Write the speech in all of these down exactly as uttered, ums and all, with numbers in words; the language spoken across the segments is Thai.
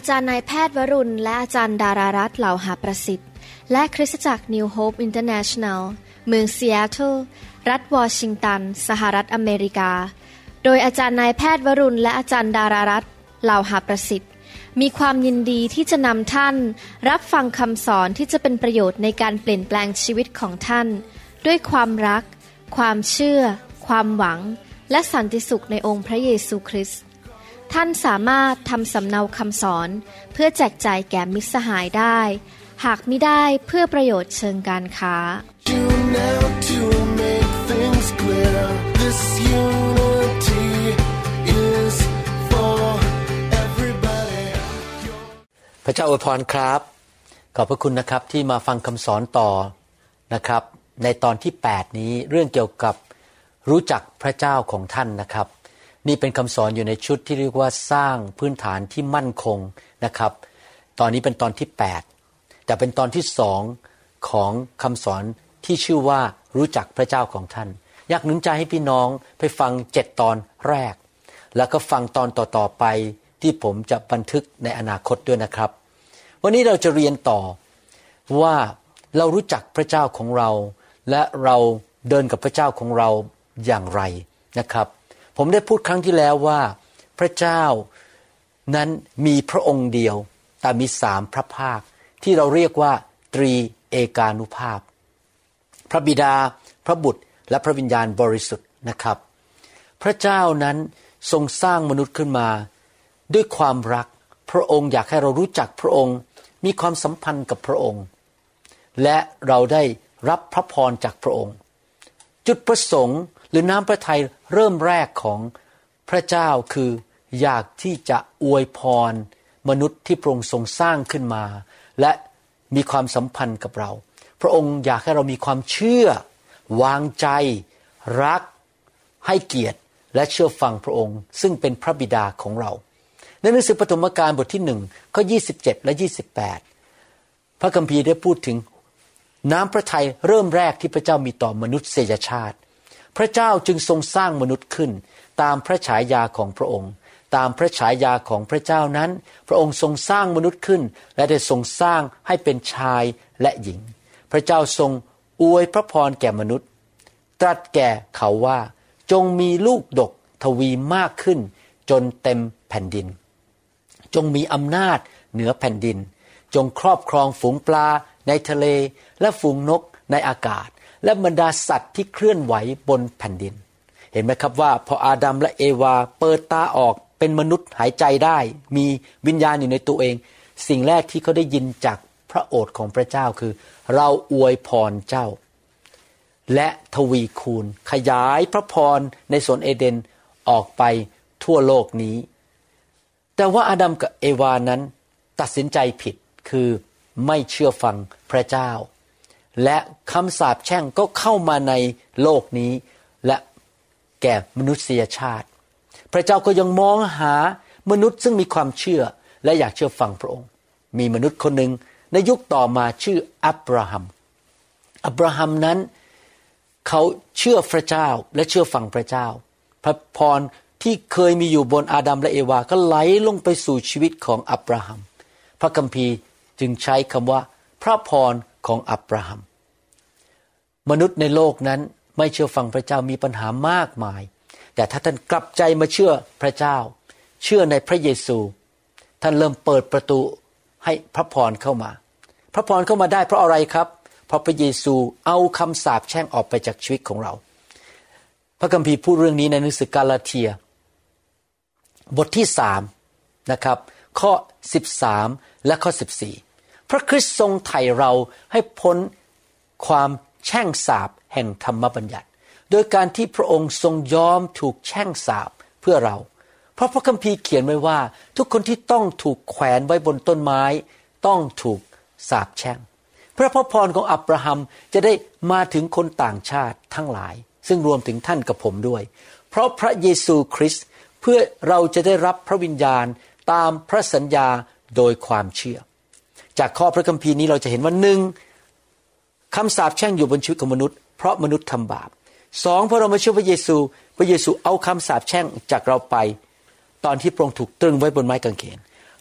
จารย์นายแพทย์วรุณและอาจารย์ดารารัตน์เหล่าหาประสิทธิ์และคริสตจักร New Hope International เมืองซีแอตเทิลรัฐวอชิงตันสหรัฐอเมริกาโดยอาจารย์นายแพทย์วรุณและอาจารย์ดารารัตน์เหล่าหาประสิทธิ์มีความยินดีที่จะนำท่านรับฟังคำสอนที่จะเป็นประโยชน์ในการเปลี่ยนแปลงชีวิตของท่านด้วยความรักความเชื่อความหวังและสันติสุขในองค์พระเยซูคริสต์ท่านสามารถทำสำเนาคำสอนเพื่อแจกจ่ายแก่มิตรสหายได้หากมิได้เพื่อประโยชน์เชิงการค้าพระเจ้าอวยพรครับขอบพระคุณนะครับที่มาฟังคำสอนต่อนะครับในตอนที่แปดนี้เรื่องเกี่ยวกับรู้จักพระเจ้าของท่านนะครับนี่เป็นคำสอนอยู่ในชุดที่เรียกว่าสร้างพื้นฐานที่มั่นคงนะครับตอนนี้เป็นตอนที่แปดแต่เป็นตอนที่สองของคำสอนที่ชื่อว่ารู้จักพระเจ้าของท่านอยากหนุนใจให้พี่น้องไปฟังเจ็ดตอนแรกแล้วก็ฟังตอนต่อๆไปที่ผมจะบันทึกในอนาคตด้วยนะครับวันนี้เราจะเรียนต่อว่าเรารู้จักพระเจ้าของเราและเราเดินกับพระเจ้าของเราอย่างไรนะครับผมได้พูดครั้งที่แล้วว่าพระเจ้านั้นมีพระองค์เดียวแต่มีสามพระภาคที่เราเรียกว่าตรีเอกานุภาพพระบิดาพระบุตรและพระวิญญาณบริสุทธิ์นะครับพระเจ้านั้นทรงสร้างมนุษย์ขึ้นมาด้วยความรักพระองค์อยากให้เรารู้จักพระองค์มีความสัมพันธ์กับพระองค์และเราได้รับพระพรจากพระองค์จุดประสงค์หรือน้ำพระทัยเริ่มแรกของพระเจ้าคืออยากที่จะอวยพรมนุษย์ที่พระองค์ทรงสร้างขึ้นมาและมีความสัมพันธ์กับเราพระองค์อยากให้เรามีความเชื่อวางใจรักให้เกียรติและเชื่อฟังพระองค์ซึ่งเป็นพระบิดาของเราในหนังสือปฐมกาลบทที่หนึ่งข้อยี่สิบเจ็ดและยี่สิบแปดพระคัมภีร์ได้พูดถึงน้ำพระทัยเริ่มแรกที่พระเจ้ามีต่อมนุษยชาติพระเจ้าจึงทรงสร้างมนุษย์ขึ้นตามพระฉายาของพระองค์ตามพระฉายาของพระเจ้านั้นพระองค์ทรงสร้างมนุษย์ขึ้นและได้ทรงสร้างให้เป็นชายและหญิงพระเจ้าทรงอวยพระพรแก่มนุษย์ตรัสแก่เขาว่าจงมีลูกดกทวีมากขึ้นจนเต็มแผ่นดินจงมีอำนาจเหนือแผ่นดินจงครอบครองฝูงปลาในทะเลและฝูงนกในอากาศและบรรดาสัตว์ที่เคลื่อนไหวบนแผ่นดินเห็นไหมครับว่าพออาดัมและเอวาเปิดตาออกเป็นมนุษย์หายใจได้มีวิญญาณอยู่ในตัวเองสิ่งแรกที่เขาได้ยินจากพระโอษฐ์ของพระเจ้าคือเราอวยพรเจ้าและทวีคูณขยายพระพรในสวนเอเดนออกไปทั่วโลกนี้แต่ว่าอาดัมกับเอวานั้นตัดสินใจผิดคือไม่เชื่อฟังพระเจ้าและคำสาปแช่งก็เข้ามาในโลกนี้และแก่มนุษยชาติพระเจ้าก็ยังมองหามนุษย์ซึ่งมีความเชื่อและอยากเชื่อฟังพระองค์มีมนุษย์คนหนึ่งในยุคต่อมาชื่ออับราฮัมอับราฮัมนั้นเขาเชื่อพระเจ้าและเชื่อฟังพระเจ้าพระพรที่เคยมีอยู่บนอาดัมและเอวาก็ไหลลงไปสู่ชีวิตของอับราฮัมพระคัมภีร์จึงใช้คำว่าพระพรของอับราฮัมมนุษย์ในโลกนั้นไม่เชื่อฟังพระเจ้ามีปัญหามากมายแต่ถ้าท่านกลับใจมาเชื่อพระเจ้าเชื่อในพระเยซูท่านเริ่มเปิดประตูให้พระพรเข้ามาพระพรเข้ามาได้เพราะอะไรครับเพราะพระเยซูเอาคำสาปแช่งออกไปจากชีวิตของเราพระคัมภีร์พูดเรื่องนี้ในหนังสือกาลาเทียบทที่สามนะครับข้อสิบสามและข้อสิบสี่พระคริสต์ทรงไถ่เราให้พ้นความแช่งสาปแห่งธรรมบัญญัติโดยการที่พระองค์ทรงยอมถูกแช่งสาปเพื่อเราเพราะพระคัมภีร์เขียนไว้ว่าทุกคนที่ต้องถูกแขวนไว้บนต้นไม้ต้องถูกสาปแช่งเพื่อพระพรของอับราฮัมจะได้มาถึงคนต่างชาติทั้งหลายซึ่งรวมถึงท่านกับผมด้วยเพราะพระเยซูคริสต์เพื่อเราจะได้รับพระวิญญาณตามพระสัญญาโดยความเชื่อจากข้อพระคัมภีร์นี้เราจะเห็นว่าหนึ่งคำสาปแช่งอยู่บนชีวิตของมนุษย์เพราะมนุษย์ทำบาปสองพอเรามาเชื่อพระเยซูพระเยซูเอาคำสาปแช่งจากเราไปตอนที่พระองค์ถูกตรึงไว้บนไม้กางเขน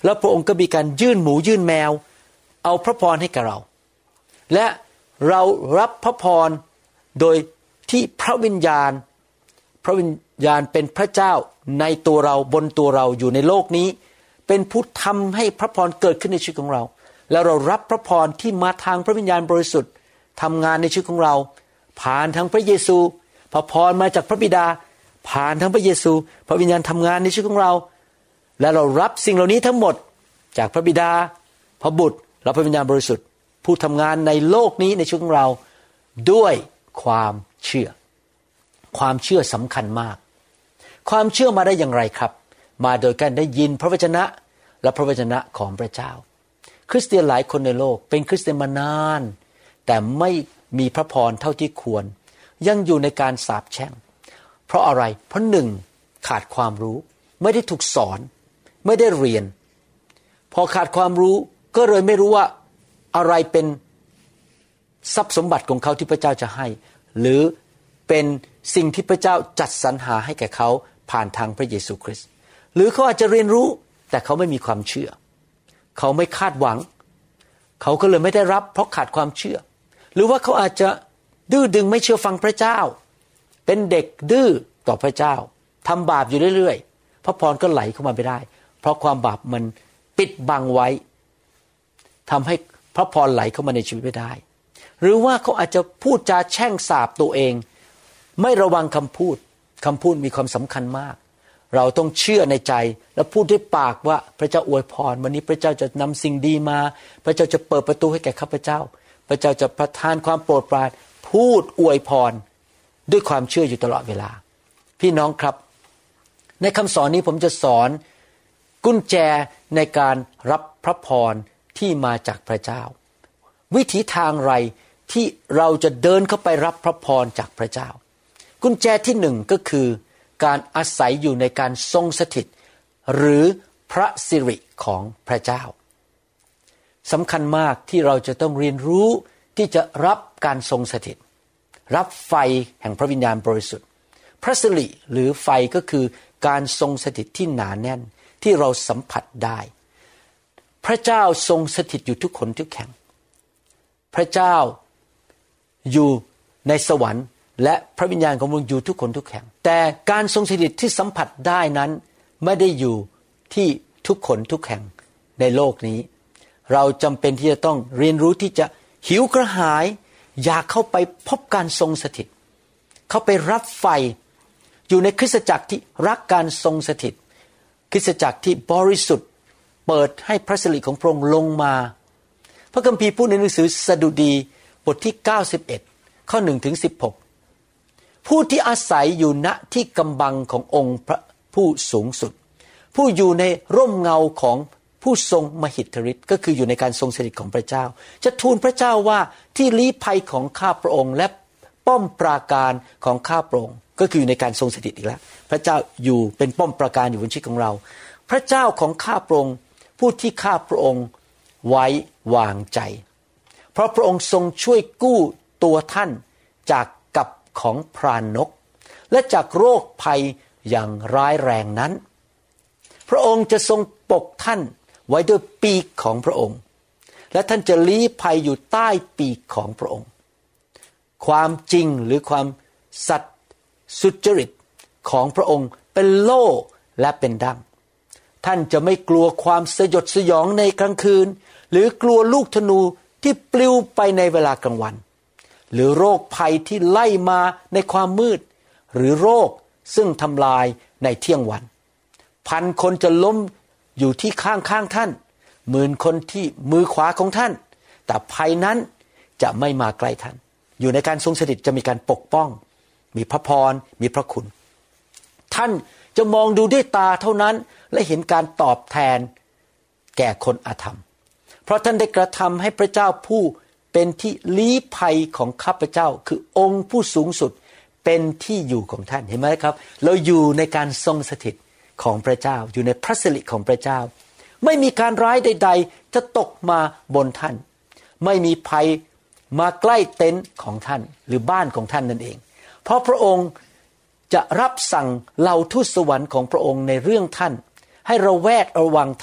แล้วพระองค์ก็มีการยื่นหมูยื่นแมวเอาพระพรให้กับเราและเรารับพระพรโดยที่พระวิญญาณพระวิญญาณเป็นพระเจ้าในตัวเราบนตัวเราอยู่ในโลกนี้เป็นผู้ทำให้พระพรเกิดขึ้นในชีวิตของเราแล้วเรารับพระพรที่มาทางพระวิญญาณบริสุทธิ์ทำงานในชีวิตของเราผ่านทางพระเยซูพระพรมาจากพระบิดาผ่านทางพระเยซูพระวิญญาณทำงานในชีวิตของเราและเรารับสิ่งเหล่านี้ทั้งหมดจากพระบิดาพระบุตรและพระวิญญาณบริสุทธิ์ผู้ทำงานในโลกนี้ในชีวิตของเราด้วยความเชื่อความเชื่อสำคัญมากความเชื่อมาได้อย่างไรครับมาโดยการได้ยินพระวจนะและพระวจนะของพระเจ้าคริสเตียนหลายคนในโลกเป็นคริสเตียนมานานแต่ไม่มีพระพรเท่าที่ควรยังอยู่ในการสาปแช่งเพราะอะไรเพราะหนึ่งขาดความรู้ไม่ได้ถูกสอนไม่ได้เรียนพอขาดความรู้ก็เลยไม่รู้ว่าอะไรเป็นทรัพย์สมบัติของเขาที่พระเจ้าจะให้หรือเป็นสิ่งที่พระเจ้าจัดสรรหาให้แก่เขาผ่านทางพระเยซูคริสต์หรือเขาอาจจะเรียนรู้แต่เขาไม่มีความเชื่อเขาไม่คาดหวังเขาก็เลยไม่ได้รับเพราะขาดความเชื่อหรือว่าเขาอาจจะดื้อดึงไม่เชื่อฟังพระเจ้าเป็นเด็กดื้อต่อพระเจ้าทำบาปอยู่เรื่อยๆพระพรก็ไหลเข้ามาไม่ได้เพราะความบาปมันปิดบังไว้ทำให้พระพรไหลเข้ามาในชีวิตไม่ได้หรือว่าเขาอาจจะพูดจาแช่งสาปตัวเองไม่ระวังคำพูดคำพูดมีความสำคัญมากเราต้องเชื่อในใจและพูดด้วยปากว่าพระเจ้าอวยพรวันนี้พระเจ้าจะนำสิ่งดีมาพระเจ้าจะเปิดประตูให้แก่ข้าพเจ้าพระเจ้าจะประทานความโปรดปรานพูดอวยพรด้วยความเชื่ออยู่ตลอดเวลาพี่น้องครับในคำสอนนี้ผมจะสอนกุญแจในการรับพระพรที่มาจากพระเจ้าวิธีทางไรที่เราจะเดินเข้าไปรับพระพรจากพระเจ้ากุญแจที่หนึ่งก็คือการอาศัยอยู่ในการทรงสถิตหรือพระสิริของพระเจ้าสำคัญมากที่เราจะต้องเรียนรู้ที่จะรับการทรงสถิตรับไฟแห่งพระวิญญาณบริสุทธิ์พระสิริหรือไฟก็คือการทรงสถิตที่หนาแน่นที่เราสัมผัสได้พระเจ้าทรงสถิตอยู่ทุกคนทุกแห่งพระเจ้าอยู่ในสวรรค์และพระวิญญาณของพระองค์อยู่ทุกคนทุกแห่งแต่การทรงสถิตที่สัมผัสได้นั้นไม่ได้อยู่ที่ทุกคนทุกแห่งในโลกนี้เราจำเป็นที่จะต้องเรียนรู้ที่จะหิวกระหายอยากเข้าไปพบการทรงสถิตเข้าไปรับไฟอยู่ในคริสตจักรที่รักการทรงสถิตคริสตจักรที่บริสุทธิ์เปิดให้พระสิริของพระองค์ลงมาพระคัมภีร์พูดในหนังสือสดุดีบทที่เก้าสิบเอ็ดข้อหนึ่งถึงสิบหกผู้ที่อาศัยอยู่ณที่กำบังขององค์พระผู้สูงสุดผู้อยู่ในร่มเงาของผู้ทรงมหิทธิฤทธิ์ก็คืออยู่ในการทรงสถิตของพระเจ้าจะทูลพระเจ้าว่าที่ลี้ภัยของข้าพระองค์และป้อมปราการของข้าพระองค์ก็คืออยู่ในการทรงสถิตอีกแล้วพระเจ้าอยู่เป็นป้อมปราการอยู่บนชีวิตของเราพระเจ้าของข้าพระองค์ผู้ที่ข้าพระองค์ไว้วางใจเพราะพระองค์ทรงช่วยกู้ตัวท่านจากกับของพรานนกและจากโรคภัยอย่างร้ายแรงนั้นพระองค์จะทรงปกท่านไว้ด้วยปีกของพระองค์และท่านจะลี้ภัยอยู่ใต้ปีกของพระองค์ความจริงหรือความสัตย์สุจริตของพระองค์เป็นโล่และเป็นดั่งท่านจะไม่กลัวความสยดสยองในกลางคืนหรือกลัวลูกธนูที่ปลิวไปในเวลากลางวันหรือโรคภัยที่ไล่มาในความมืดหรือโรคซึ่งทำลายในเที่ยงวันพันคนจะล้มอยู่ที่ข้างข้างท่านหมื่นคนที่มือขวาของท่านแต่ภัยนั้นจะไม่มาใกล้ท่านอยู่ในการทรงสถิตจะมีการปกป้องมีพระพรมีพระคุณท่านจะมองดูด้วยตาเท่านั้นและเห็นการตอบแทนแก่คนอาธรรมเพราะท่านได้กระทำให้พระเจ้าผู้เป็นที่ลี้ภัยของข้าพเจ้าคือองค์ผู้สูงสุดเป็นที่อยู่ของท่านเห็นไหมครับเราอยู่ในการทรงสถิตของพระเจ้าอยู่ในพระสิริของพระเจ้าไม่มีการร้ายใดๆจะตกมาบนท่านไม่มีภัยมาใกล้เต็นท์ของท่านหรือบ้านของท่านนั่นเองเพราะพระองค์จะรับสั่งเหล่าทูตสวรรค์ของพระองค์ในเรื่องท่านให้ระแวดระวังท่าน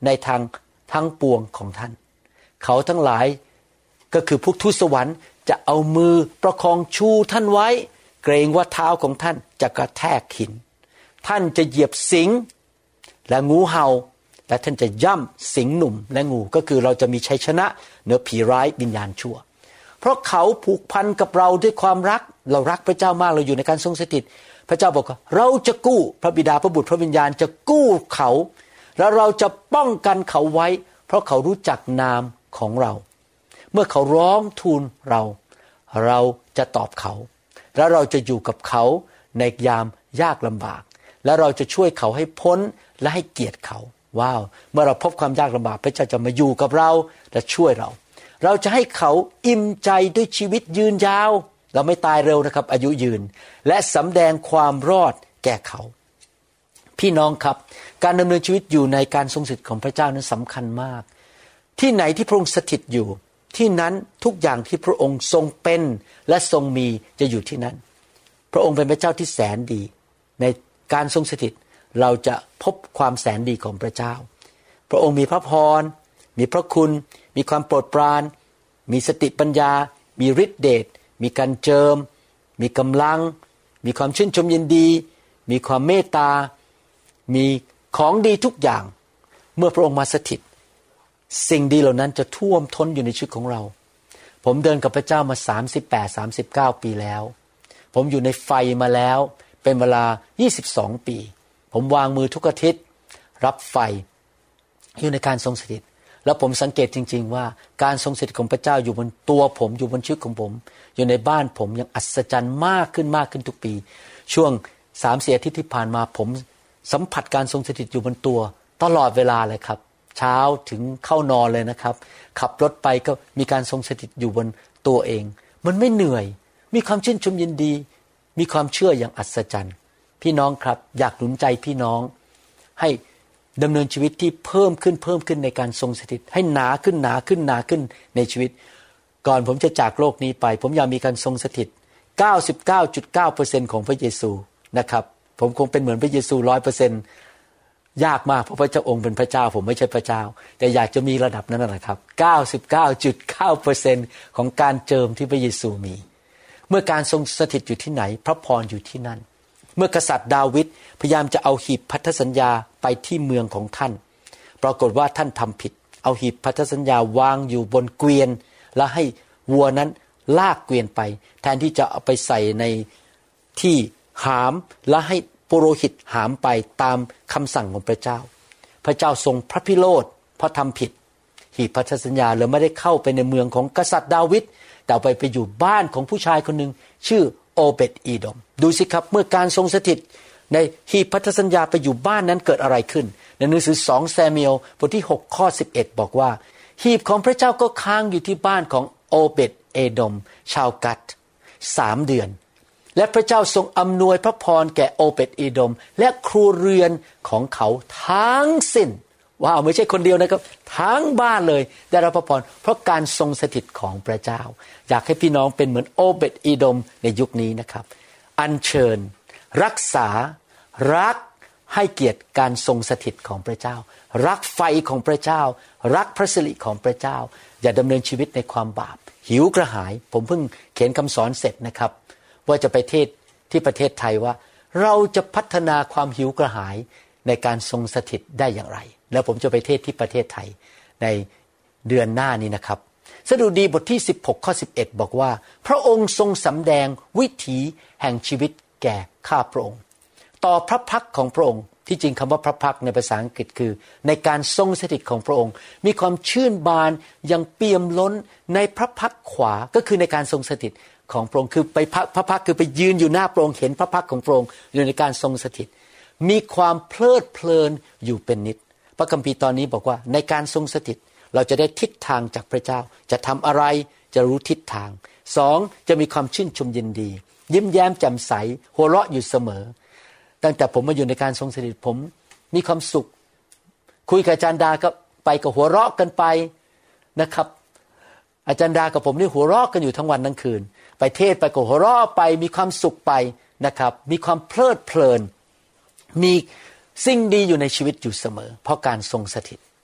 ในทางทั้งปวงของท่านเขาทั้งหลายก็คือพวกทูตสวรรค์จะเอามือประคองชูท่านไว้เกรงว่าเท้าของท่านจะกระแทกหินท่านจะเหยียบสิงและงูเห่าและท่านจะย่ำสิงหนุ่มและงูก็คือเราจะมีชัยชนะเหนือผีร้ายวิญญาณชั่วเพราะเขาผูกพันกับเราด้วยความรักเรารักพระเจ้ามากเราอยู่ในการทรงสถิตพระเจ้าบอกว่าเราจะกู้พระบิดาพระบุตรพระวิญญาณจะกู้เขาแล้วเราจะป้องกันเขาไว้เพราะเขารู้จักนามของเราเมื่อเขาร้องทูลเราเราจะตอบเขาแล้วเราจะอยู่กับเขาในยามยากลำบากและเราจะช่วยเขาให้พ้นและให้เกียรติเขาว้าวเมื่อเราพบความยากลำบากพระเจ้าจะมาอยู่กับเราและช่วยเราเราจะให้เขาอิ่มใจด้วยชีวิตยืนยาวเราไม่ตายเร็วนะครับอายุยืนและสำแดงความรอดแก่เขาพี่น้องครับการดำเนินชีวิตอยู่ในการทรงสถิตของพระเจ้านั้นสำคัญมากที่ไหนที่พระองค์สถิตอยู่ที่นั้นทุกอย่างที่พระองค์ทรงเป็นและทรงมีจะอยู่ที่นั้นพระองค์เป็นพระเจ้าที่แสนดีในการทรงสถิตเราจะพบความแสนดีของพระเจ้าพระองค์มีพระพรมีพระคุณมีความโปรดปรานมีสติปัญญามีฤทธิเดชมีการเจิมมีกำลังมีความชื่นชมยินดีมีความเมตตามีของดีทุกอย่างเมื่อพระองค์มาสถิตสิ่งดีเหล่านั้นจะท่วมท้นอยู่ในชีวิตของเราผมเดินกับพระเจ้ามาสามสิบแปด สามสิบเก้าปีแล้วผมอยู่ในไฟมาแล้วเป็นเวลายี่สิบสองปีผมวางมือทุกอาทิตย์รับไฟอยู่ในการทรงสถิตแล้วผมสังเกตจริงๆว่าการทรงสถิตของพระเจ้าอยู่บนตัวผมอยู่บนชีวิตของผมอยู่ในบ้านผมยังอัศจรรย์มากขึ้นมากขึ้นทุกปีช่วง สามถึงสี่ อาทิตย์ที่ผ่านมาผมสัมผัสการทรงสถิตอยู่บนตัวตลอดเวลาเลยครับเช้าถึงเข้านอนเลยนะครับขับรถไปก็มีการทรงสถิตอยู่บนตัวเองมันไม่เหนื่อยมีความชื่นชมยินดีมีความเชื่ออย่างอัศจรรย์พี่น้องครับอยากหนุนใจพี่น้องให้ดำเนินชีวิตที่เพิ่มขึ้นเพิ่มขึ้นในการทรงสถิตให้หนาขึ้นหนาขึ้นหนาขึ้นในชีวิตก่อนผมจะจากโลกนี้ไปผมอยากมีการทรงสถิต เก้าสิบเก้าจุดเก้าเปอร์เซ็นต์ ของพระเยซูนะครับผมคงเป็นเหมือนพระเยซู ร้อยเปอร์เซ็นต์ ยากมากเพราะพระเจ้าองค์เป็นพระเจ้าผมไม่ใช่พระเจ้าแต่อยากจะมีระดับนั้นนะครับ เก้าสิบเก้าจุดเก้าเปอร์เซ็นต์ ของการเจิมที่พระเยซูมีเมื่อการทรงสถิตอยู่ที่ไหนพระพรอยู่ที่นั่นเมื่อกษัตริย์ดาวิดพยายามจะเอาหีบพันธสัญญาไปที่เมืองของท่านปรากฏว่าท่านทำผิดเอาหีบพันธสัญญาวางอยู่บนเกวียนและให้วัวนั้นลากเกวียนไปแทนที่จะเอาไปใส่ในที่หามและให้ปุโรหิตหามไปตามคำสั่งของพระเจ้าพระเจ้าทรงพระพิโรธเพราะทำผิดหีบพันธสัญญาเลยไม่ได้เข้าไปในเมืองของกษัตริย์ดาวิดแต่ไปไปอยู่บ้านของผู้ชายคนหนึ่งชื่อโอเบดอีดอมดูสิครับเมื่อการทรงสถิตในหีบพันธสัญญาไปอยู่บ้านนั้นเกิดอะไรขึ้นในหนังสือสองซามูเอลบทที่หกข้อสิบเอ็ดบอกว่าหีบของพระเจ้าก็ค้างอยู่ที่บ้านของโอเบดเอดอมชาวกัดสามเดือนและพระเจ้าทรงอำนวยพระพรแก่โอเบดอีดอมและครัวเรือนของเขาทั้งสิ้นว้าวไม่ใช่คนเดียวนะครับทั้งบ้านเลยได้รับพระพรเพราะการทรงสถิตของพระเจ้าอยากให้พี่น้องเป็นเหมือนโอเบดอีดอมในยุคนี้นะครับอัญเชิญรักษารักให้เกียรติการทรงสถิตของพระเจ้ารักไฟของพระเจ้ารักพระสิริของพระเจ้าอย่าดำเนินชีวิตในความบาปหิวกระหายผมเพิ่งเขียนคำสอนเสร็จนะครับว่าจะไปเทศที่ประเทศไทยว่าเราจะพัฒนาความหิวกระหายในการทรงสถิตได้อย่างไรแล้วผมจะไปเทศที่ประเทศไทยในเดือนหน้านี้นะครับสดุดีบทที่สิบหกข้อสิบเอ็ดบอกว่าพระองค์ทรงสำแดงวิถีแห่งชีวิตแก่ข้าพระองค์ต่อพระพักของพระองค์ที่จริงคำว่าพระพักในภาษาอังกฤษคือในการทรงสถิตของพระองค์มีความชื่นบานอย่างเปี่ยมล้นในพระพักขวาก็คือในการทรงสถิตของพระองค์คือไปพระพักคือไปยืนอยู่หน้าพระองค์เห็นพระพักของพระองค์อยู่ในการทรงสถิตมีความเพลิดเพลินอยู่เป็นนิดพระคัมภีร์ตอนนี้บอกว่าในการทรงสถิตเราจะได้ทิศทางจากพระเจ้าจะทำอะไรจะรู้ทิศทางสองจะมีความชื่นชมยินดียิ้มแย้มแจ่มใสหัวเราะอยู่เสมอตั้งแต่ผมมาอยู่ในการทรงสถิตผมมีความสุขคุยกับอาจารย์ดาก็ไปกับหัวเราะกันไปนะครับอาจารย์ดากับผมนี่หัวเราะกันอยู่ทั้งวันทั้งคืนไปเทศไปกับหัวเราะไปมีความสุขไปนะครับมีความเพลิดเพลินมีสิ่งดีอยู่ในชีวิตอยู่เสมอเพราะการทรงสถิต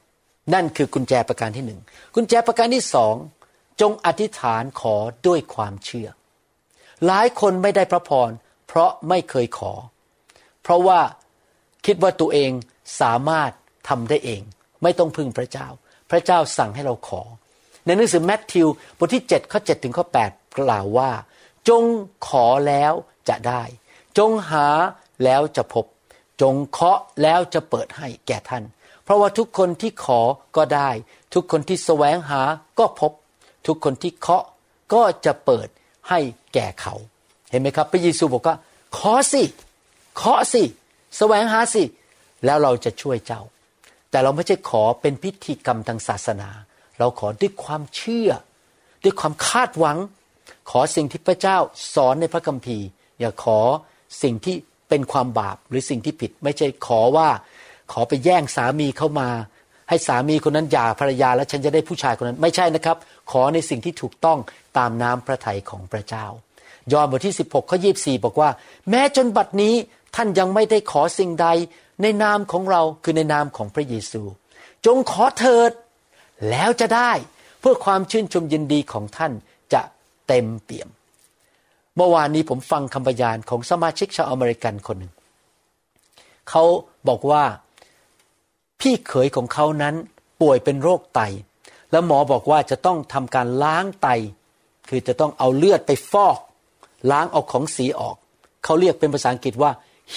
นั่นคือกุญแจประการที่หนึ่งกุญแจประการที่สองจงอธิษฐานขอด้วยความเชื่อหลายคนไม่ได้พระพรเพราะไม่เคยขอเพราะว่าคิดว่าตัวเองสามารถทำได้เองไม่ต้องพึ่งพระเจ้าพระเจ้าสั่งให้เราขอในหนังสือแมทธิวบทที่เจ็ดข้อเจ็ดถึงข้อแปดกล่าวว่าจงขอแล้วจะได้จงหาแล้วจะพบจงเคาะแล้วจะเปิดให้แก่ท่านเพราะว่าทุกคนที่ขอก็ได้ทุกคนที่แสวงหาก็พบทุกคนที่เคาะก็จะเปิดให้แก่เขาเห็นไหมครับพระเยซูบอกว่าขอสิเคาะสิแสวงหาสิแล้วเราจะช่วยเจ้าแต่เราไม่ใช่ขอเป็นพิธีกรรมทางศาสนาเราขอด้วยความเชื่อด้วยความคาดหวังขอสิ่งที่พระเจ้าสอนในพระคัมภีร์อย่าขอสิ่งที่เป็นความบาปหรือสิ่งที่ผิดไม่ใช่ขอว่าขอไปแย่งสามีเข้ามาให้สามีคนนั้นหย่าภรรยาแล้วฉันจะได้ผู้ชายคนนั้นไม่ใช่นะครับขอในสิ่งที่ถูกต้องตามน้ำพระทัยของพระเจ้ายอห์นบทที่สิบหกข้อยี่สิบสี่บอกว่าแม้จนบัดนี้ท่านยังไม่ได้ขอสิ่งใดในนามของเราคือในนามของพระเยซูจงขอเถิดแล้วจะได้เพื่อความชื่นชมยินดีของท่านจะเต็มเปี่ยมเมื่อวานนี้ผมฟังคำพยานของสมาชิกชาวอเมริกันคนหนึ่งเขาบอกว่าพี่เขยของเขานั้นป่วยเป็นโรคไตแล้วหมอบอกว่าจะต้องทำการล้างไตคือจะต้องเอาเลือดไปฟอกล้างเอาของเสียออกเขาเรียกเป็นภาษาอังกฤษว่า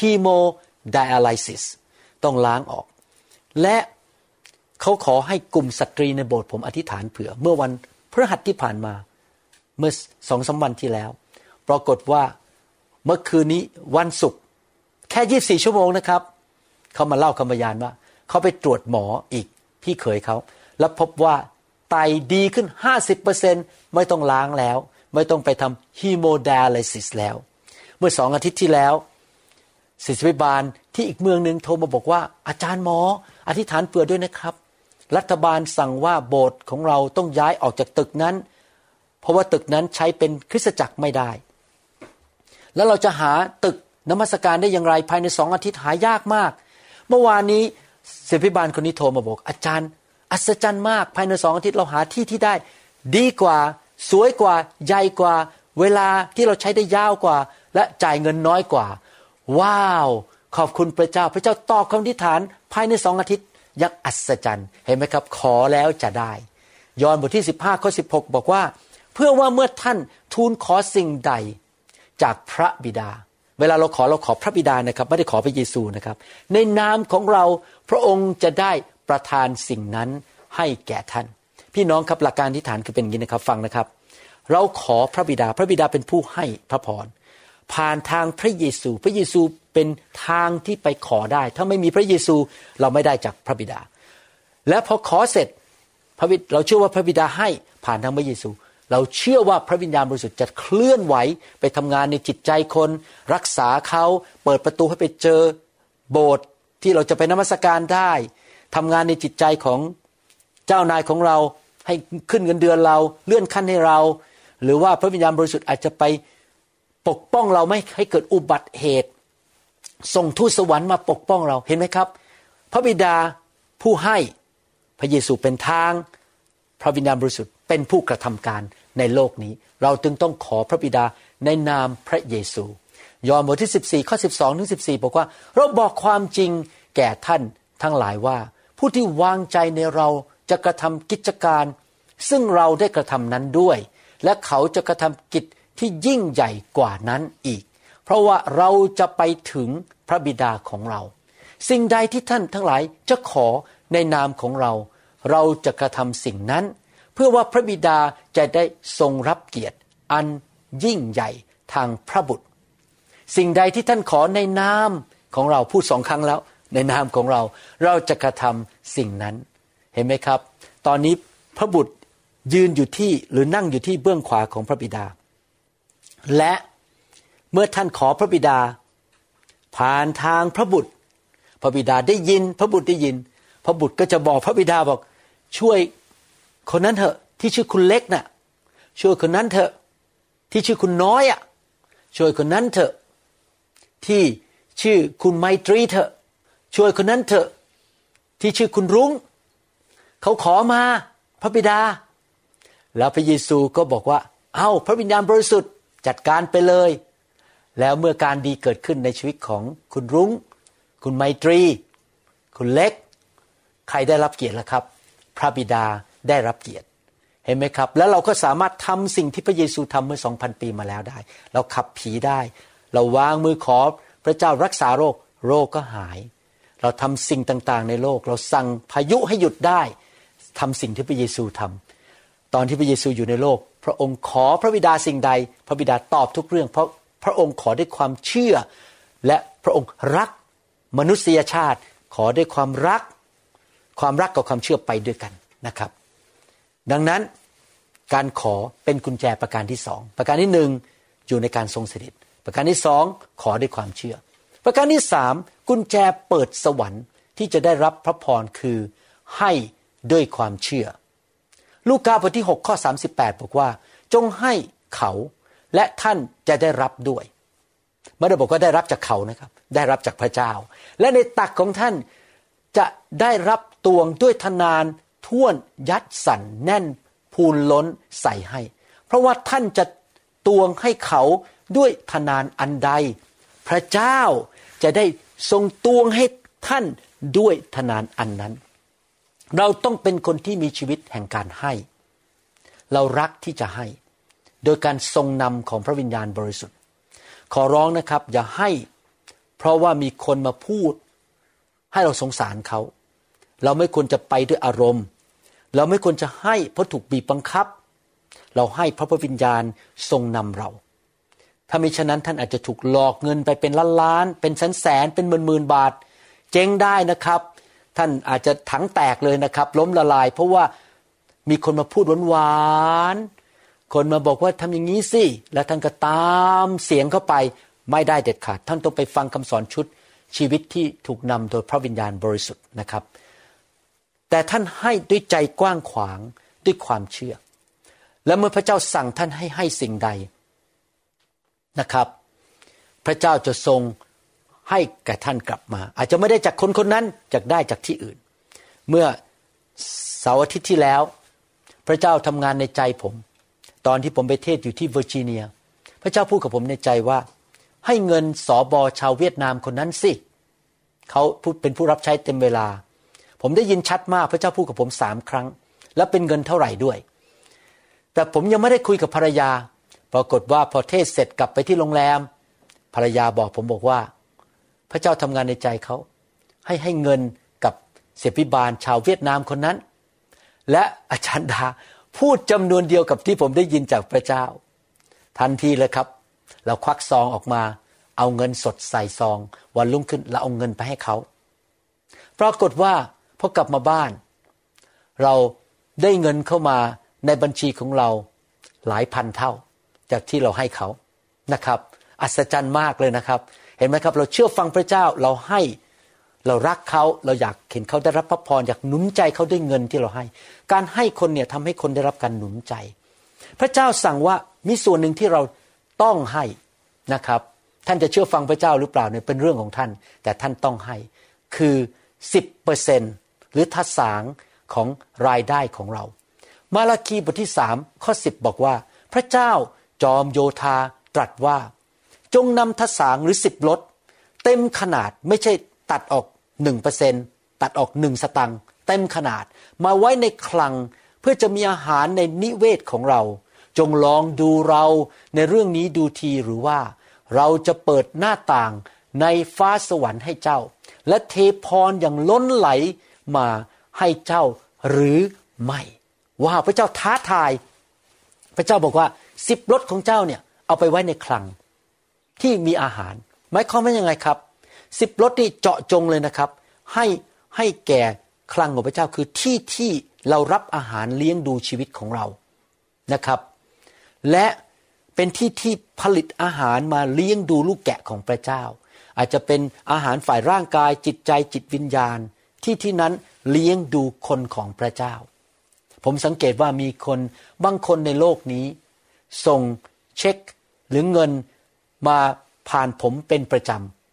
hemodialysis ต้องล้างออกและเขาขอให้กลุ่มสตรีในโบสถ์ผมอธิษฐานเผื่อเมื่อวันพฤหัสที่ผ่านมาเมื่อ สองถึงสาม วันที่แล้วปรากฏว่าเมื่อคืนนี้วันศุกร์แค่ยี่สิบสี่ชั่วโมงนะครับเขามาเล่าคำพยานว่าเขาไปตรวจหมออีกพี่เขยเขาแล้วพบว่าไตดีขึ้น ห้าสิบเปอร์เซ็นต์ ไม่ต้องล้างแล้วไม่ต้องไปทำ hemodialysis แล้วเมื่อสองอาทิตย์ที่แล้วศิษยาภิบาลที่อีกเมืองนึงโทรมาบอกว่าอาจารย์หมออธิษฐานเผื่อด้วยนะครับรัฐบาลสั่งว่าโบสถ์ของเราต้องย้ายออกจากตึกนั้นเพราะว่าตึกนั้นใช้เป็นคริสตจักรไม่ได้แล้วเราจะหาตึกนมัสการได้อย่างไรภายในสองอาทิตย์หายากมากเมื่อวานนี้ศิษยาภิบาลคนนี้โทรมาบอกอาจารย์อัศจรรย์มากภายในสองอาทิตย์เราหาที่ที่ได้ดีกว่าสวยกว่าใหญ่กว่าเวลาที่เราใช้ได้ยาวกว่าและจ่ายเงินน้อยกว่าว้าวขอบคุณพระเจ้าพระเจ้าตอบคำอธิษฐานภายในสองอาทิตย์อย่างอัศจรรย์เห็นไหมครับขอแล้วจะได้ยอห์นบทที่สิบห้าข้อสิบหกบอกว่าเพื่อว่าเมื่อท่านทูลขอสิ่งใดจากพระบิดาเวลาเราขอเราขอพระบิดานะครับไม่ได้ขอพระเยซูนะครับในนามของเราพระองค์จะได้ประทานสิ่งนั้นให้แก่ท่านพี่น้องครับหลักการอธิษฐานคือเป็นอย่างนี้นะครับฟังนะครับเราขอพระบิดาพระบิดาเป็นผู้ให้พระพรผ่านทางพระเยซูพระเยซูเป็นทางที่ไปขอได้ถ้าไม่มีพระเยซูเราไม่ได้จากพระบิดาและพอขอเสร็จพระบิดาเราเชื่อว่าพระบิดาให้ผ่านทางพระเยซูเราเชื่อว่าพระวิญญาณบริสุทธิ์จะเคลื่อนไหวไปทำงานในจิตใจคนรักษาเขาเปิดประตูให้ไปเจอโบสถ์ที่เราจะไปนมัสการได้ทำงานในจิตใจของเจ้านายของเราให้ขึ้นเงินเดือนเราเลื่อนขั้นให้เราหรือว่าพระวิญญาณบริสุทธิ์อาจจะไปปกป้องเราไม่ให้เกิดอุบัติเหตุส่งทูตสวรรค์มาปกป้องเราเห็นไหมครับพระบิดาผู้ให้พระเยซูเป็นทางพระวิญญาณบริสุทธิ์เป็นผู้กระทำการในโลกนี้เราจึงต้องขอพระบิดาในนามพระเยซูยอห์นบทที่สิบสี่ข้อสิบสองถึงสิบสี่บอกว่าเราบอกความจริงแก่ท่านทั้งหลายว่าผู้ที่วางใจในเราจะกระทำกิจการซึ่งเราได้กระทำนั้นด้วยและเขาจะกระทำกิจที่ยิ่งใหญ่กว่านั้นอีกเพราะว่าเราจะไปถึงพระบิดาของเราสิ่งใดที่ท่านทั้งหลายจะขอในนามของเราเราจะกระทำสิ่งนั้นเพื่อว่าพระบิดาจะได้ทรงรับเกียรติอันยิ่งใหญ่ทางพระบุตรสิ่งใดที่ท่านขอในนามของเราพูดสองครั้งแล้วในนามของเราเราจะกระทำสิ่งนั้นเห็นไหมครับตอนนี้พระบุตรยืนอยู่ที่หรือนั่งอยู่ที่เบื้องขวาของพระบิดาและเมื่อท่านขอพระบิดาผ่านทางพระบุตรพระบิดาได้ยินพระบุตรได้ยินพระบุตรก็จะบอกพระบิดาบอกช่วยคนนั้นเถอะที่ชื่อคุณเล็กน่ะช่วยคนนั้นเถอะที่ชื่อคุณน้อยอ่ะช่วยคนนั้นเถอะที่ชื่อคุณไมตรีเถอะช่วยคนนั้นเถอะที่ชื่อคุณรุ้งเขาขอมาพระบิดาแล้วพระเยซูก็บอกว่าเอ้าพระวิญญาณบริสุทธิ์จัดการไปเลยแล้วเมื่อการดีเกิดขึ้นในชีวิตของคุณรุ้งคุณไมตรีคุณเล็กใครได้รับเกียรติล่ะครับพระบิดาได้รับเกียรติเห็นไหมครับแล้วเราก็สามารถทำสิ่งที่พระเยซูทำเมื่อ สองพัน ปีมาแล้วได้เราขับผีได้เราวางมือขอพระเจ้ารักษาโรคโรคก็หายเราทำสิ่งต่างๆในโลกเราสั่งพายุให้หยุดได้ทำสิ่งที่พระเยซูทำตอนที่พระเยซูอยู่ในโลกพระองค์ขอพระบิดาสิ่งใดพระบิดาตอบทุกเรื่องเพราะพระองค์ขอด้วยความเชื่อและพระองค์รักมนุษยชาติขอด้วยความรักความรักกับความเชื่อไปด้วยกันนะครับดังนั้นการขอเป็นกุญแจประการที่สองประการที่หนึ่งอยู่ในการทรงสถิตประการที่สองขอด้วยความเชื่อประการที่สามกุญแจเปิดสวรรค์ที่จะได้รับพระพรคือให้ด้วยความเชื่อลูกาบทที่หกข้อสามสิบแปดบอกว่าจงให้เขาและท่านจะได้รับด้วยไม่ได้บอกว่าได้รับจากเขานะครับได้รับจากพระเจ้าและในตักของท่านจะได้รับตวงด้วยทนานท่วนยัดสั่นแน่นพูนล้นใส่ให้เพราะว่าท่านจะตวงให้เขาด้วยทนานอันใดพระเจ้าจะได้ทรงตวงให้ท่านด้วยทนานอันนั้นเราต้องเป็นคนที่มีชีวิตแห่งการให้เรารักที่จะให้โดยการทรงนำของพระวิญญาณบริสุทธิ์ขอร้องนะครับอย่าให้เพราะว่ามีคนมาพูดให้เราสงสารเขาเราไม่ควรจะไปด้วยอารมณ์เราไม่ควรจะให้เพราะถูกบีบบังคับเราให้เพราะพระวิญญาณทรงนำเราถ้ามิฉะนั้นท่านอาจจะถูกหลอกเงินไปเป็นล้านๆเป็นแสนๆเป็นหมื่นๆบาทเจ๊งได้นะครับท่านอาจจะถังแตกเลยนะครับล้มละลายเพราะว่ามีคนมาพูดหวานๆคนมาบอกว่าทำอย่างนี้สิแล้วท่านก็ตามเสียงเข้าไปไม่ได้เด็ดขาดท่านต้องไปฟังคำสอนชุดชีวิตที่ถูกนำโดยพระวิญญาณบริสุทธิ์นะครับแต่ท่านให้ด้วยใจกว้างขวางด้วยความเชื่อและเมื่อพระเจ้าสั่งท่านให้ให้สิ่งใดนะครับพระเจ้าจะทรงให้แก่ท่านกลับมาอาจจะไม่ได้จากคนคนนั้นจากได้จากที่อื่นเมื่อเสาร์อาทิตย์ที่แล้วพระเจ้าทำงานในใจผมตอนที่ผมไปเทศอยู่ที่เวอร์จิเนียพระเจ้าพูดกับผมในใจว่าให้เงินสบชาวเวียดนามคนนั้นสิเขาเป็นผู้รับใช้เต็มเวลาผมได้ยินชัดมากพระเจ้าพูดกับผมสามครั้งและเป็นเงินเท่าไหร่ด้วยแต่ผมยังไม่ได้คุยกับภรรยาปรากฏว่าพอเทศเสร็จกลับไปที่โรงแรมภรรยาบอกผมบอกว่าพระเจ้าทำงานในใจเขาให้ให้เงินกับเสพิบาลชาวเวียดนามคนนั้นและอาจารย์ดาพูดจำนวนเดียวกับที่ผมได้ยินจากพระเจ้าทันทีเลยครับเราควักซองออกมาเอาเงินสดใส่ซองวันรุ่งขึ้นเราเอาเงินไปให้เขาปรากฏว่าพอกลับมาบ้านเราได้เงินเข้ามาในบัญชีของเราหลายพันเท่าจากที่เราให้เขานะครับอัศจรรย์มากเลยนะครับเห็นไหมครับเราเชื่อฟังพระเจ้าเราให้เรารักเขาเราอยากเห็นเขาได้รับพระพรอยากหนุนใจเขาด้วยเงินที่เราให้การให้คนเนี่ยทำให้คนได้รับการหนุนใจพระเจ้าสั่งว่ามีส่วนหนึ่งที่เราต้องให้นะครับท่านจะเชื่อฟังพระเจ้าหรือเปล่าเนี่ยเป็นเรื่องของท่านแต่ท่านต้องให้คือ สิบเปอร์เซ็นต์ หรือทัศน์ของรายได้ของเรามาราคีบทที่สามข้อสิบบอกว่าพระเจ้าจอมโยธาตรัสว่าจงนำทัศน์หรือสิบลดเต็มขนาดไม่ใช่ตัดออก หนึ่งเปอร์เซ็นต์ ตัดออกหนึ่งสตังค์เต็มขนาดมาไว้ในคลังเพื่อจะมีอาหารในนิเวศของเราจงลองดูเราในเรื่องนี้ดูทีหรือว่าเราจะเปิดหน้าต่างในฟ้าสวรรค์ให้เจ้าและเทพรอย่างล้นไหลมาให้เจ้าหรือไม่ว้าวพระเจ้าท้าทายพระเจ้าบอกว่าสิบรถของเจ้าเนี่ยเอาไปไว้ในคลังที่มีอาหารหมายความว่ายังไงครับสิบรถนี่เจาะจงเลยนะครับให้ให้แก่คลังของพระเจ้าคือที่ที่เรารับอาหารเลี้ยงดูชีวิตของเรานะครับและเป็นที่ที่ผลิตอาหารมาเลี้ยงดูลูกแกะของพระเจ้าอาจจะเป็นอาหารฝ่ายร่างกายจิตใจจิตวิญญาณที่ที่นั้นเลี้ยงดูคนของพระเจ้าผมสังเกตว่ามีคนบางคนในโลกนี้ส่งเช็คหรือเงินมาผ่านผมเป็นประจำ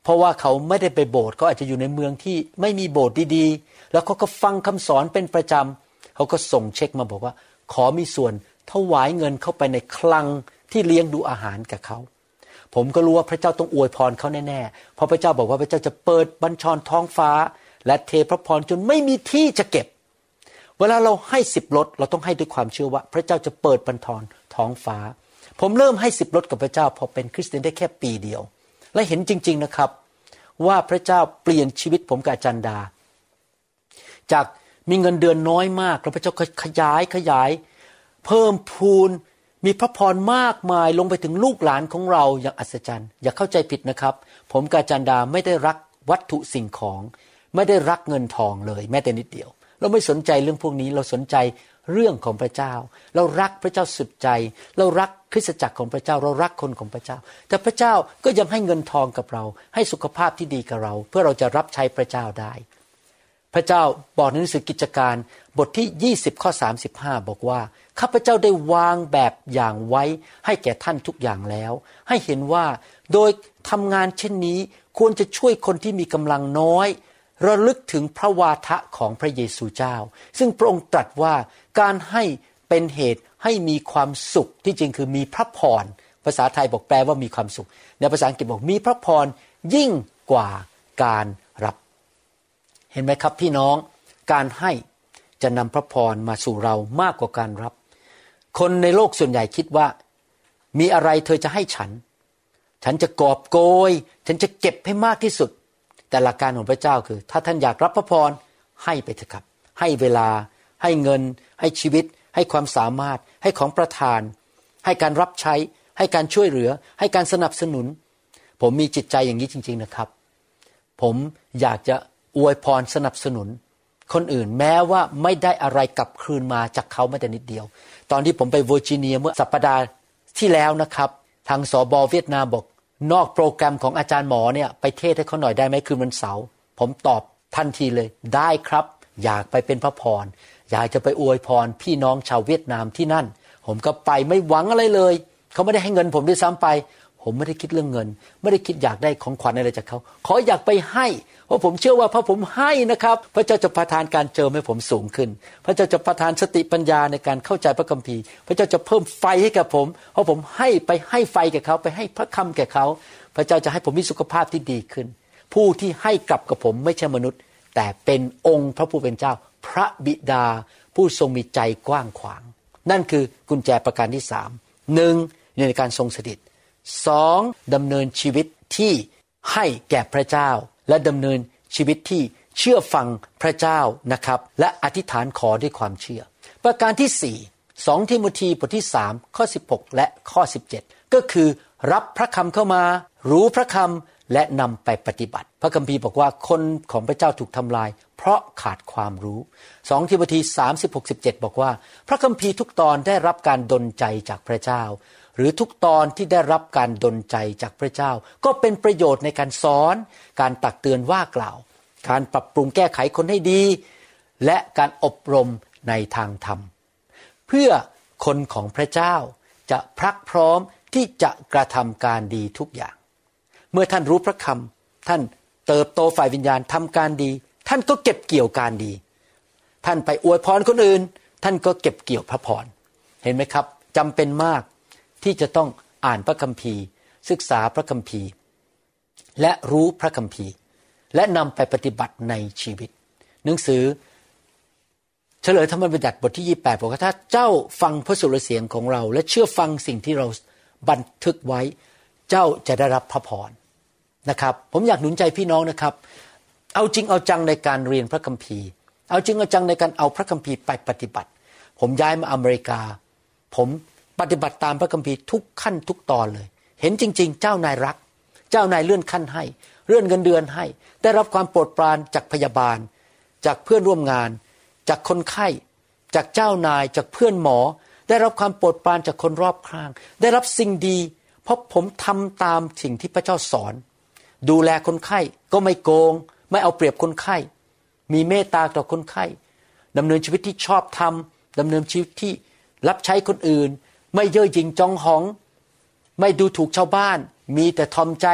เพราะว่าเขาไม่ได้ไปโบสถ์เขาอาจจะอยู่ในเมืองที่ไม่มีโบสถ์ดีๆแล้วเขาก็ฟังคำสอนเป็นประจำเขาก็ส่งเช็คมาบอกว่าขอมีส่วนถวายเงินเข้าไปในคลังที่เลี้ยงดูอาหารกับเขาผมก็รู้ว่าพระเจ้าต้องอวยพรเขาแน่ๆเพราะพระเจ้าบอกว่าพระเจ้าจะเปิดบัญชรท้องฟ้าและเทพระพรจนไม่มีที่จะเก็บเวลาเราให้สิบรถเราต้องให้ด้วยความเชื่อว่าพระเจ้าจะเปิดบัญชรท้องฟ้าผมเริ่มให้สิบรถกับพระเจ้าพอเป็นคริสเตียนได้แค่ปีเดียวและเห็นจริงๆนะครับว่าพระเจ้าเปลี่ยนชีวิตผมกับอาจารย์ดาจากมีเงินเดือนน้อยมากแล้วพระเจ้าขยายขยายเพิ่มพูนมีพระพรมากมายลงไปถึงลูกหลานของเราอย่างอัศจรรย์อย่าเข้าใจผิดนะครับผมกับอาจารย์ดาไม่ได้รักวัตถุสิ่งของไม่ได้รักเงินทองเลยแม้แต่นิดเดียวเราไม่สนใจเรื่องพวกนี้เราสนใจเรื่องของพระเจ้าเรารักพระเจ้าสุดใจเรารักคริสตจักรของพระเจ้าเรารักคนของพระเจ้าแต่พระเจ้าก็ยังให้เงินทองกับเราให้สุขภาพที่ดีกับเราเพื่อเราจะรับใช้พระเจ้าได้พระเจ้าบอกในหนังสือกิจการบทที่ยี่สิบข้อสามสิบห้าบอกว่าข้าพเจ้าได้วางแบบอย่างไว้ให้แก่ท่านทุกอย่างแล้วให้เห็นว่าโดยทำงานเช่นนี้ควรจะช่วยคนที่มีกำลังน้อยระลึกถึงพระวาทะของพระเยซูเจ้าซึ่งพระองค์ตรัสว่าการให้เป็นเหตุให้มีความสุขที่จริงคือมีพระพรภาษาไทยบอกแปลว่ามีความสุขในภาษาอังกฤษบอกมีพระพรยิ่งกว่าการรับเห็นไหมครับพี่น้องการให้จะนำพระพรมาสู่เรามากกว่าการรับคนในโลกส่วนใหญ่คิดว่ามีอะไรเธอจะให้ฉันฉันจะกอบโกยฉันจะเก็บให้มากที่สุดแต่หลักการของพระเจ้าคือถ้าท่านอยากรับพระพรให้ไปเถอะครับให้เวลาให้เงินให้ชีวิตให้ความสามารถให้ของประทานให้การรับใช้ให้การช่วยเหลือให้การสนับสนุนผมมีจิตใจอย่างนี้จริงๆนะครับผมอยากจะอวยพรสนับสนุนคนอื่นแม้ว่าไม่ได้อะไรกลับคืนมาจากเขาแม้แต่นิดเดียวตอนที่ผมไปเวอร์จิเนียเมื่อสัปดาห์ที่แล้วนะครับทางสบเวียดนามบอกนอกโปรแกรมของอาจารย์หมอเนี่ยไปเทศให้เขาหน่อยได้ไหมคืนวันเสาร์ผมตอบทันทีเลยได้ครับอยากไปเป็นพระพรอยากจะไปอวยพรพี่น้องชาวเวียดนามที่นั่นผมก็ไปไม่หวังอะไรเลยเขาไม่ได้ให้เงินผมด้วยซ้ำไปผมไม่ได้คิดเรื่องเงินไม่ได้คิดอยากได้ของขวัญอะไรจากเขาขออยากไปให้เพราะผมเชื่อว่าพอผมให้นะครับพระเจ้าจะประทานการเจิมให้ผมสูงขึ้นพระเจ้าจะประทานสติปัญญาในการเข้าใจพระคัมภีร์พระเจ้าจะเพิ่มไฟให้กับผมเพราะผมให้ไปให้ไฟแก่เขาไปให้พระคำแก่เขาพระเจ้าจะให้ผมมีสุขภาพที่ดีขึ้นผู้ที่ให้กลับกับผมไม่ใช่มนุษย์แต่เป็นองค์พระผู้เป็นเจ้าพระบิดาผู้ทรงมีใจกว้างขวางนั่นคือกุญแจประการที่สามหนึ่งในการทรงสถิตสองดำเนินชีวิตที่ให้แก่พระเจ้าและดำเนินชีวิตที่เชื่อฟังพระเจ้านะครับและอธิษฐานขอด้วยความเชื่อประการที่สี่ สองทิโมธีบทที่สามข้อสิบหกและข้อสิบเจ็ดก็คือรับพระคำเข้ามารู้พระคำและนำไปปฏิบัติพระคัมภีร์บอกว่าคนของพระเจ้าถูกทำลายเพราะขาดความรู้สองทิโมธีสาม สิบหก สิบเจ็ดบอกว่าพระคัมภีร์ทุกตอนได้รับการดลใจจากพระเจ้าหรือทุกตอนที่ได้รับการดลใจจากพระเจ้าก็เป็นประโยชน์ในการสอนการตักเตือนว่ากล่าวการปรับปรุงแก้ไขคนให้ดีและการอบรมในทางธรรมเพื่อคนของพระเจ้าจะพรักพร้อมที่จะกระทำการดีทุกอย่างเมื่อท่านรู้พระคำท่านเติบโตฝ่ายวิญญาณทำการดีท่านก็เก็บเกี่ยวการดีท่านไปอวยพรคนอื่นท่านก็เก็บเกี่ยวพระพรเห็นไหมครับจำเป็นมากที่จะต้องอ่านพระคัมภีร์ศึกษาพระคัมภีร์และรู้พระคัมภีร์และนำไปปฏิบัติในชีวิตหนังสือเฉลยธรรมบัญญัติบทที่ยี่สิบแปดบอกว่าถ้าเจ้าฟังพระสุรเสียงของเราและเชื่อฟังสิ่งที่เราบันทึกไว้เจ้าจะได้รับพระพรนะครับผมอยากหนุนใจพี่น้องนะครับเอาจริงเอาจังในการเรียนพระคัมภีร์เอาจริงเอาจังในการเอาพระคัมภีร์ไปปฏิบัติผมย้ายมาอเมริกาผมปฏิบัติตามพระคัมภีร์ทุกขั้นทุกตอนเลยเห็นจริงๆเจ้านายรักเจ้านายเลื่อนขั้นให้เลื่อนเงินเดือนให้ได้รับความโปรดปรานจากพยาบาลจากเพื่อนร่วมงานจากคนไข้จากเจ้านายจากเพื่อนหมอได้รับความโปรดปรานจากคนรอบข้างได้รับสิ่งดีเพราะผมทำตามสิ่งที่พระเจ้าสอนดูแลคนไข้ก็ไม่โกงไม่เอาเปรียบคนไข้มีเมตตาต่อคนไข้ดำเนินชีวิตที่ชอบธรรมดำเนินชีวิตที่รับใช้คนอื่นไม่เย่อหยิ่งจองหองไม่ดูถูกชาวบ้านมีแต่ทอมใจ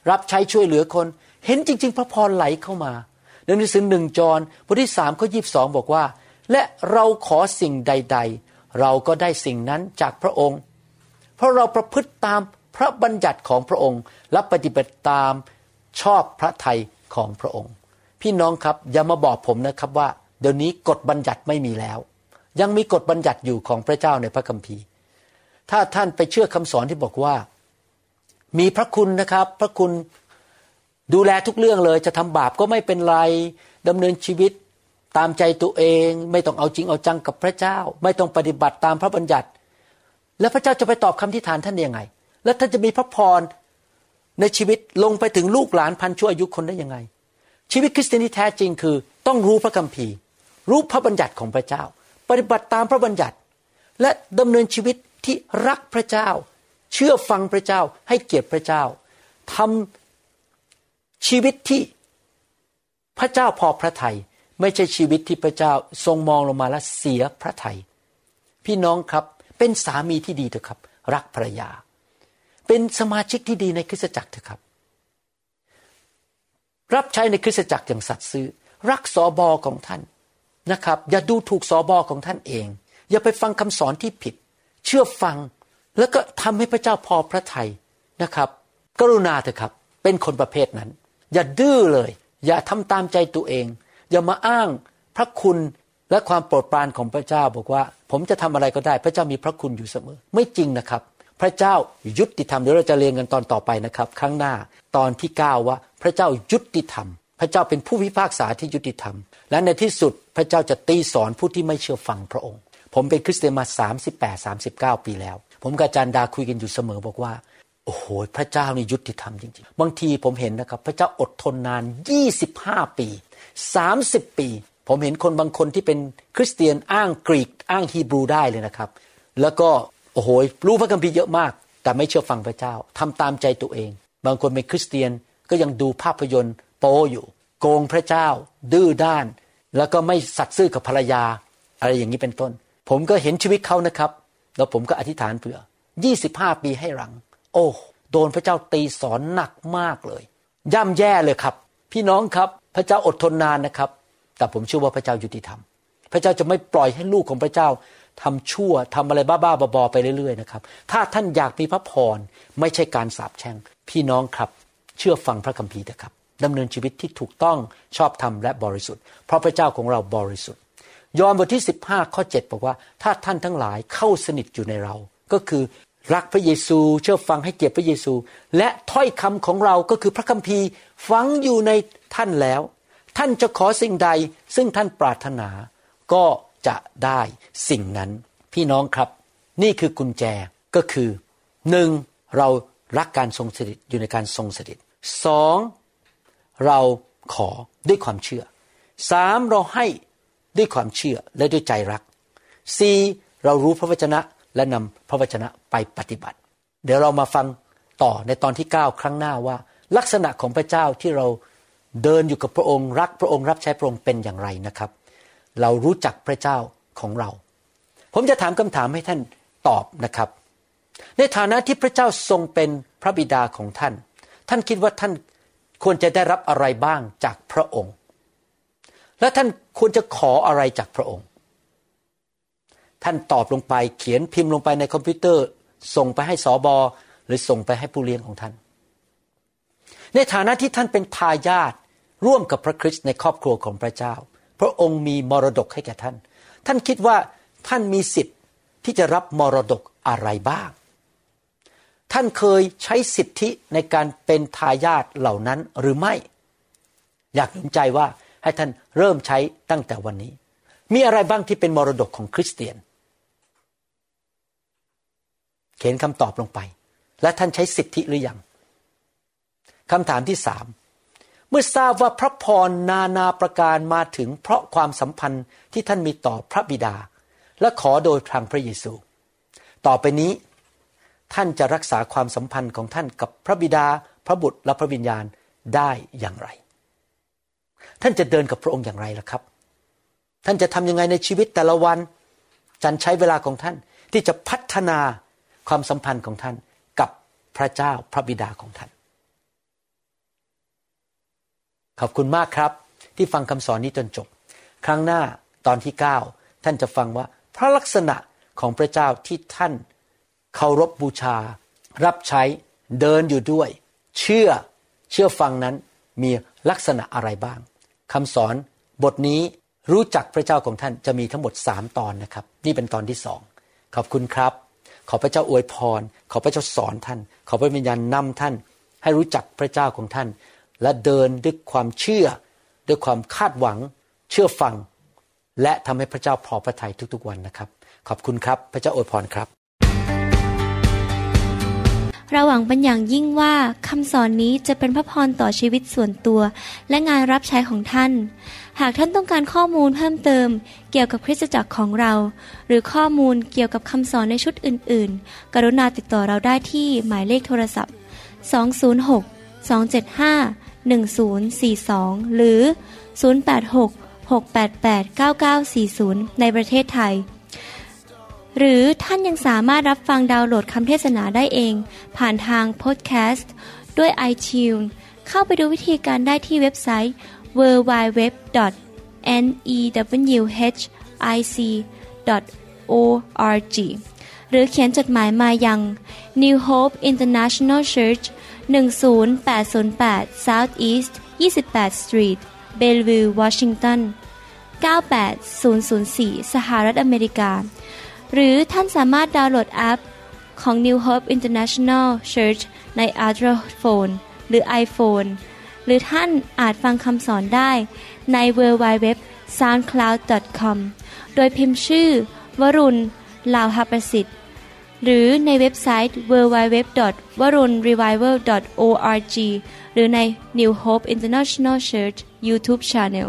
รับใช้ช่วยเหลือคนเห็นจริงๆพระพรไหลเข้ามาในหนังสือหนึ่งจอห์นบทที่สามข้อยี่สิบสองบอกว่าและเราขอสิ่งใดๆเราก็ได้สิ่งนั้นจากพระองค์เพราะเราประพฤติตามพระบัญญัติของพระองค์และปฏิบัติตามชอบพระทัยของพระองค์พี่น้องครับอย่ามาบอกผมนะครับว่าเดี๋ยวนี้กฎบัญญัติไม่มีแล้วยังมีกฎบัญญัติอยู่ของพระเจ้าในพระคัมภีร์ถ้าท่านไปเชื่อคำสอนที่บอกว่ามีพระคุณนะครับพระคุณดูแลทุกเรื่องเลยจะทำบาปก็ไม่เป็นไรดำเนินชีวิตตามใจตัวเองไม่ต้องเอาจริงเอาจังกับพระเจ้าไม่ต้องปฏิบัติตามพระบัญญัติแล้วพระเจ้าจะไปตอบคำที่ฐานท่านยังไงแล้วท่านจะมีพระพรในชีวิตลงไปถึงลูกหลานพันชั่วอายุคนได้ยังไงชีวิตคริสเตียนที่แท้จริงคือต้องรู้พระคัมภีร์รู้พระบัญญัติของพระเจ้าปฏิบัติตามพระบัญญัติและดำเนินชีวิตที่รักพระเจ้าเชื่อฟังพระเจ้าให้เกียรติพระเจ้าทำชีวิตที่พระเจ้าพอพระทัยไม่ใช่ชีวิตที่พระเจ้าทรงมองลงมาแล้วเสียพระทัยพี่น้องครับเป็นสามีที่ดีเถอะครับรักภรรยาเป็นสมาชิกที่ดีในคริสตจักรเถอะครับรับใช้ในคริสตจักรอย่างสัตย์ซื่อรักสบของท่านนะครับอย่าดูถูกสบของท่านเองอย่าไปฟังคำสอนที่ผิดเชื่อฟังแล้วก็ทำให้พระเจ้าพอพระทัยนะครับกรุณาเถอะครับเป็นคนประเภทนั้นอย่าดื้อเลยอย่าทำตามใจตัวเองอย่ามาอ้างพระคุณและความโปรดปรานของพระเจ้าบอกว่าผมจะทำอะไรก็ได้พระเจ้ามีพระคุณอยู่เสมอไม่จริงนะครับพระเจ้ายุติธรรมเดี๋ยวเราจะเรียนกันตอนต่อไปนะครับครั้งหน้าตอนที่เก้าว่าพระเจ้ายุติธรรมพระเจ้าเป็นผู้พิพากษาที่ยุติธรรมและในที่สุดพระเจ้าจะตีสอนผู้ที่ไม่เชื่อฟังพระองค์ผมเป็นคริสเตียนมาสามสิบแปด สามสิบเก้าปีแล้วผมกับอาจารย์ดาคุยกันอยู่เสมอบอกว่าโอ้โหพระเจ้านี่ยุติธรรมจริงๆบางทีผมเห็นนะครับพระเจ้าอดทนนานยี่สิบห้าปีสามสิบปีผมเห็นคนบางคนที่เป็นคริสเตียนอ้างกรีกอ้างฮีบรูได้เลยนะครับแล้วก็โอ้โหรู้พระคัมภีร์เยอะมากแต่ไม่เชื่อฟังพระเจ้าทำตามใจตัวเองบางคนเป็นคริสเตียนก็ยังดูภาพยนตร์โป๊อยู่โกงพระเจ้าดื้อด้านแล้วก็ไม่สัตย์ซื่อกับภรรยาอะไรอย่างนี้เป็นต้นผมก็เห็นชีวิตเขานะครับแล้วผมก็อธิษฐานเผื่อยี่สิบห้าปีให้หลังโอ้โดนพระเจ้าตีสอนหนักมากเลยย่ำแย่เลยครับพี่น้องครับพระเจ้าอดทนนานนะครับแต่ผมเชื่อว่าพระเจ้ายุติธรรมพระเจ้าจะไม่ปล่อยให้ลูกของพระเจ้าทำชั่วทำอะไรบ้าๆบอๆไปเรื่อยๆนะครับถ้าท่านอยากมีพระพรไม่ใช่การสาปแช่งพี่น้องครับเชื่อฟังพระคัมภีร์เถอะครับดำเนินชีวิตที่ถูกต้องชอบธรรมและบริสุทธิ์เพราะพระเจ้าของเราบริสุทธิ์ยอห์นบทที่สิบห้าข้อเจ็ดบอกว่าถ้าท่านทั้งหลายเข้าสนิทอยู่ในเราก็คือรักพระเยซูเชื่อฟังให้เกียรติพระเยซูและถ้อยคำของเราก็คือพระคัมภีร์ฝังอยู่ในท่านแล้วท่านจะขอสิ่งใดซึ่งท่านปรารถนาก็จะได้สิ่งนั้นพี่น้องครับนี่คือกุญแจก็คือหนึ่งเรารักการทรงสถิตอยู่ในการทรงสถิตสองเราขอด้วยความเชื่อสามเราให้ด้วยความเชื่อและด้วยใจรักสี่เรารู้พระวจนะและนำพระวจนะไปปฏิบัติเดี๋ยวเรามาฟังต่อในตอนที่เก้าครั้งหน้าว่าลักษณะของพระเจ้าที่เราเดินอยู่กับพระองค์รักพระองค์รับใช้พระองค์เป็นอย่างไรนะครับเรารู้จักพระเจ้าของเราผมจะถามคำถามให้ท่านตอบนะครับในฐานะที่พระเจ้าทรงเป็นพระบิดาของท่านท่านคิดว่าท่านควรจะได้รับอะไรบ้างจากพระองค์และท่านควรจะขออะไรจากพระองค์ท่านตอบลงไปเขียนพิมพ์ลงไปในคอมพิวเตอร์ส่งไปให้สบหรือส่งไปให้ผู้เลี้ยงของท่านในฐานะที่ท่านเป็นทายาทร่วมกับพระคริสต์ในครอบครัวของพระเจ้าพระองค์มีมรดกให้แก่ท่านท่านคิดว่าท่านมีสิทธิ์ที่จะรับมรดกอะไรบ้างท่านเคยใช้สิทธิในการเป็นทายาทเหล่านั้นหรือไม่อยากหนุนใจว่าให้ท่านเริ่มใช้ตั้งแต่วันนี้มีอะไรบ้างที่เป็นมรดกของคริสเตียนเขียนคำตอบลงไปและท่านใช้สิทธิหรือยังคำถามที่สามเมื่อทราบว่าพระพรนานาประการมาถึงเพราะความสัมพันธ์ที่ท่านมีต่อพระบิดาและขอโดยทางพระเยซูต่อไปนี้ท่านจะรักษาความสัมพันธ์ของท่านกับพระบิดาพระบุตรและพระวิญญาณได้อย่างไรท่านจะเดินกับพระองค์อย่างไรล่ะครับท่านจะทำยังไงในชีวิตแต่ละวันจันใช้เวลาของท่านที่จะพัฒนาความสัมพันธ์ของท่านกับพระเจ้าพระบิดาของท่านขอบคุณมากครับที่ฟังคำสอนนี้จนจบครั้งหน้าตอนที่เก้าท่านจะฟังว่าพระลักษณะของพระเจ้าที่ท่านเคารพบูชารับใช้เดินอยู่ด้วยเชื่อเชื่อฟังนั้นมีลักษณะอะไรบ้างคำสอนบทนี้รู้จักพระเจ้าของท่านจะมีทั้งหมดสามตอนนะครับนี่เป็นตอนที่สองขอบคุณครับขอพระเจ้าอวยพรขอพระเจ้าสอนท่านขอพระวิญญาณนำท่านให้รู้จักพระเจ้าของท่านและเดินด้วยความเชื่อด้วยความคาดหวังเชื่อฟังและทำให้พระเจ้าพอพระทัยทุกๆวันนะครับขอบคุณครับพระเจ้าอวยพรครับเราหวังเป็นอย่างยิ่งว่าคำสอนนี้จะเป็นพระพรต่อชีวิตส่วนตัวและงานรับใช้ของท่านหากท่านต้องการข้อมูลเพิ่มเติมเกี่ยวกับคริสตจักรของเราหรือข้อมูลเกี่ยวกับคำสอนในชุดอื่นๆกรุณาติดต่อเราได้ที่หมายเลขโทรศัพท์สอง ศูนย์ หก สอง เจ็ด ห้า หนึ่ง ศูนย์ สี่ สองหรือศูนย์ แปด หก หก แปด แปด เก้า เก้า สี่ ศูนย์ในประเทศไทยหรือท่านยังสามารถรับฟังดาวน์โหลดคำเทศนาได้เองผ่านทางพอดแคสต์ด้วย iTunes เข้าไปดูวิธีการได้ที่เว็บไซต์ ดับเบิลยู ดับเบิลยู ดับเบิลยู ดอท เน อี ดับเบิลยู เอช ไอ ซี ดอท โอ อาร์ จี หรือเขียนจดหมายมายัง New Hope International Church หนึ่ง ศูนย์ แปด ศูนย์ แปด South East ยี่สิบแปด Street Bellevue Washington เก้า แปด ศูนย์ ศูนย์ สี่ สหรัฐอเมริกาหรือท่านสามารถดาวน์โหลดแอปของ New Hope International Church ใน Android Phone หรือ iPhone หรือท่านอาจฟังคำสอนได้ใน ดับเบิลยู ดับเบิลยู ดับเบิลยู ดอท ซาวด์คลาวด์ ดอท คอม โดยพิมพ์ชื่อวรุณ ลาวหประสิทธิ์หรือในเว็บไซต์ ดับเบิลยู ดับเบิลยู ดับเบิลยู ดอท วรุณ รีไววัล ดอท โอ อาร์ จี หรือใน New Hope International Church YouTube Channel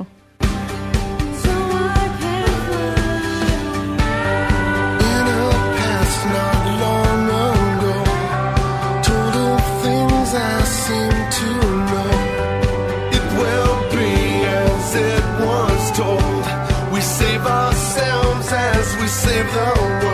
Save the world.